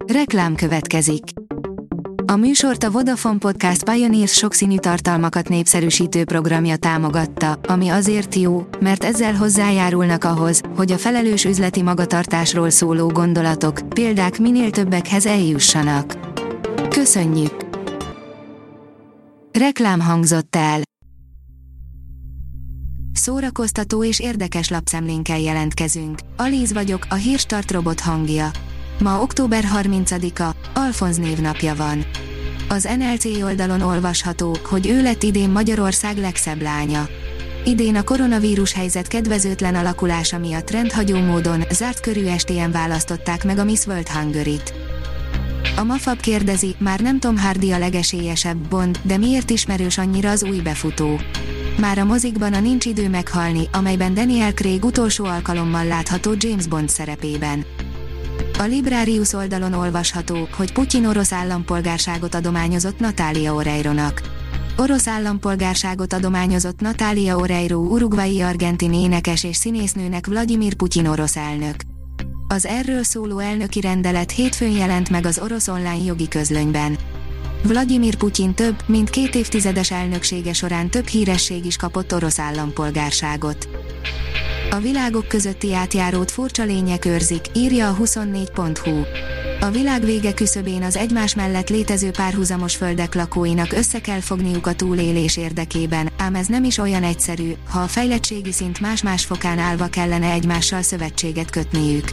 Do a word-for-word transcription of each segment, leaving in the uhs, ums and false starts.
Reklám következik. A műsort a Vodafone Podcast Pioneers sokszínű tartalmakat népszerűsítő programja támogatta, ami azért jó, mert ezzel hozzájárulnak ahhoz, hogy a felelős üzleti magatartásról szóló gondolatok, példák minél többekhez eljussanak. Köszönjük! Reklám hangzott el. Szórakoztató és érdekes lapszemlénkkel jelentkezünk. Alíz vagyok, a Hírstart robot hangja. Ma október harmincadika, Alfonz névnapja van. Az en el cé oldalon olvasható, hogy ő lett idén Magyarország legszebb lánya. Idén a koronavírus helyzet kedvezőtlen alakulása miatt rendhagyó módon, zárt körű estén választották meg a Miss World Hungary-t. A Mafab kérdezi, már nem Tom Hardy a legesélyesebb Bond, de miért ismerős annyira az új befutó? Már a mozikban a Nincs idő meghalni, amelyben Daniel Craig utolsó alkalommal látható James Bond szerepében. A Librarius oldalon olvasható, hogy Putyin orosz állampolgárságot adományozott Natália Oreironak. Orosz állampolgárságot adományozott Natália Oreiro uruguayi-argentin énekes és színésznőnek Vladimir Putyin orosz elnök. Az erről szóló elnöki rendelet hétfőn jelent meg az orosz online jogi közlönyben. Vladimir Putyin több, mint két évtizedes elnöksége során több híresség is kapott orosz állampolgárságot. A világok közötti átjárót furcsa lények őrzik, írja a huszonnégy pont hu. A világ vége küszöbén az egymás mellett létező párhuzamos földek lakóinak össze kell fogniuk a túlélés érdekében, ám ez nem is olyan egyszerű, ha a fejlettségi szint más-más fokán állva kellene egymással szövetséget kötniük.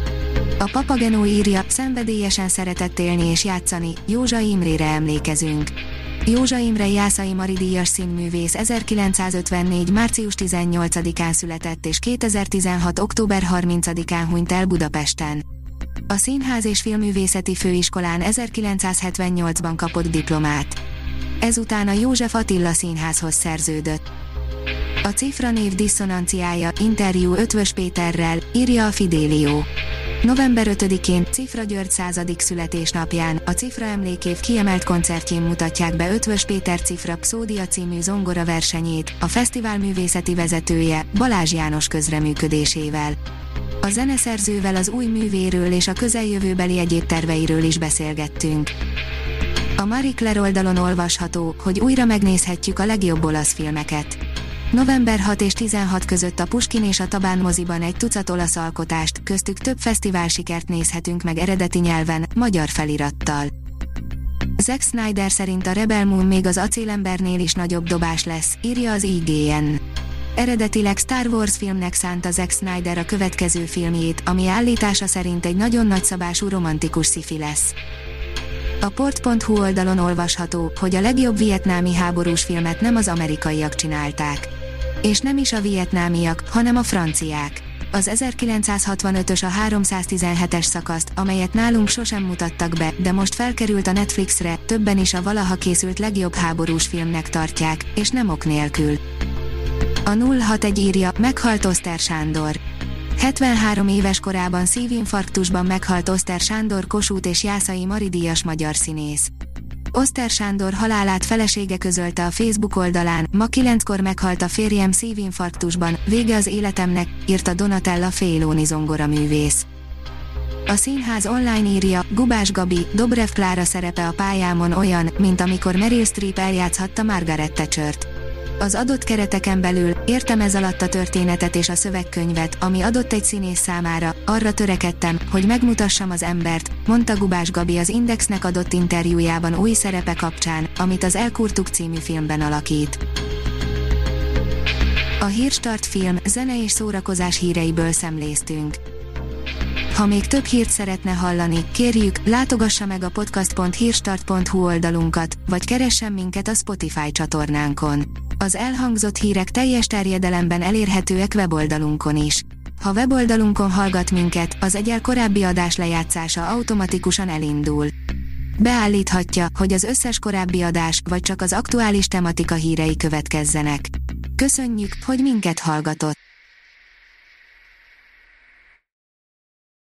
A Papagenó írja, szenvedélyesen szeretett élni és játszani, Józsa Imrére emlékezünk. Józsa Imre Jászai Mari díjas színművész ezerkilencszázötvennégy. március tizennyolcadikán született és kétezer-tizenhat. október harmincadikán hunyt el Budapesten. A Színház és Filmművészeti Főiskolán ezerkilencszázhetvennyolcban kapott diplomát. Ezután a József Attila Színházhoz szerződött. A Cifra név diszonanciája, interjú Ötvös Péterrel, írja a Fidelio. november ötödikén, Cifra György századik születésnapján, a Cifra emlékév kiemelt koncertjén mutatják be Ötvös Péter Cifra Pszódia című zongora versenyét, a fesztivál művészeti vezetője, Balázs János közreműködésével. A zeneszerzővel az új művéről és a közeljövőbeli egyéb terveiről is beszélgettünk. A Marie Claire oldalon olvasható, hogy újra megnézhetjük a legjobb olasz filmeket. november hatodika és tizenhatodika között a Puskin és a Tabán moziban egy tucat olasz alkotást, köztük több fesztivál sikert nézhetünk meg eredeti nyelven, magyar felirattal. Zack Snyder szerint a Rebel Moon még az Acélembernél is nagyobb dobás lesz, írja az i gé en. Eredetileg Star Wars filmnek szánta Zack Snyder a következő filmjét, ami állítása szerint egy nagyon nagyszabású romantikus sci-fi lesz. A port pont hu oldalon olvasható, hogy a legjobb vietnámi háborús filmet nem az amerikaiak csinálták. És nem is a vietnámiak, hanem a franciák. Az ezerkilencszázhatvanötös a háromszáztizenhetes szakaszt, amelyet nálunk sosem mutattak be, de most felkerült a Netflixre, többen is a valaha készült legjobb háborús filmnek tartják, és nem ok nélkül. A nulla hatvanegy írja, meghalt Oszter Sándor. hetvenhárom éves korában szívinfarktusban meghalt Oszter Sándor Kossuth és Jászai Mari díjas magyar színész. Oszter Sándor halálát felesége közölte a Facebook oldalán, ma kilenckor meghalt a férjem szívinfarktusban, vége az életemnek, írta Donatella Félóni zongoraművész. A Színház online írja, Gubás Gabi, Dobrev Klára szerepe a pályámon olyan, mint amikor Meryl Streep eljátszhatta Margaret Thatchert. Az adott kereteken belül, értem ez alatt a történetet és a szövegkönyvet, ami adott egy színész számára, arra törekedtem, hogy megmutassam az embert, mondta Gubás Gabi az Indexnek adott interjújában új szerepe kapcsán, amit az Elkurtuk című filmben alakít. A Hírstart film, zene és szórakozás híreiből szemléztünk. Ha még több hírt szeretne hallani, kérjük, látogassa meg a podcast pont hírstart pont hu oldalunkat, vagy keressen minket a Spotify csatornánkon. Az elhangzott hírek teljes terjedelemben elérhetőek weboldalunkon is. Ha weboldalunkon hallgat minket, az egyel korábbi adás lejátszása automatikusan elindul. Beállíthatja, hogy az összes korábbi adás, vagy csak az aktuális tematika hírei következzenek. Köszönjük, hogy minket hallgatott!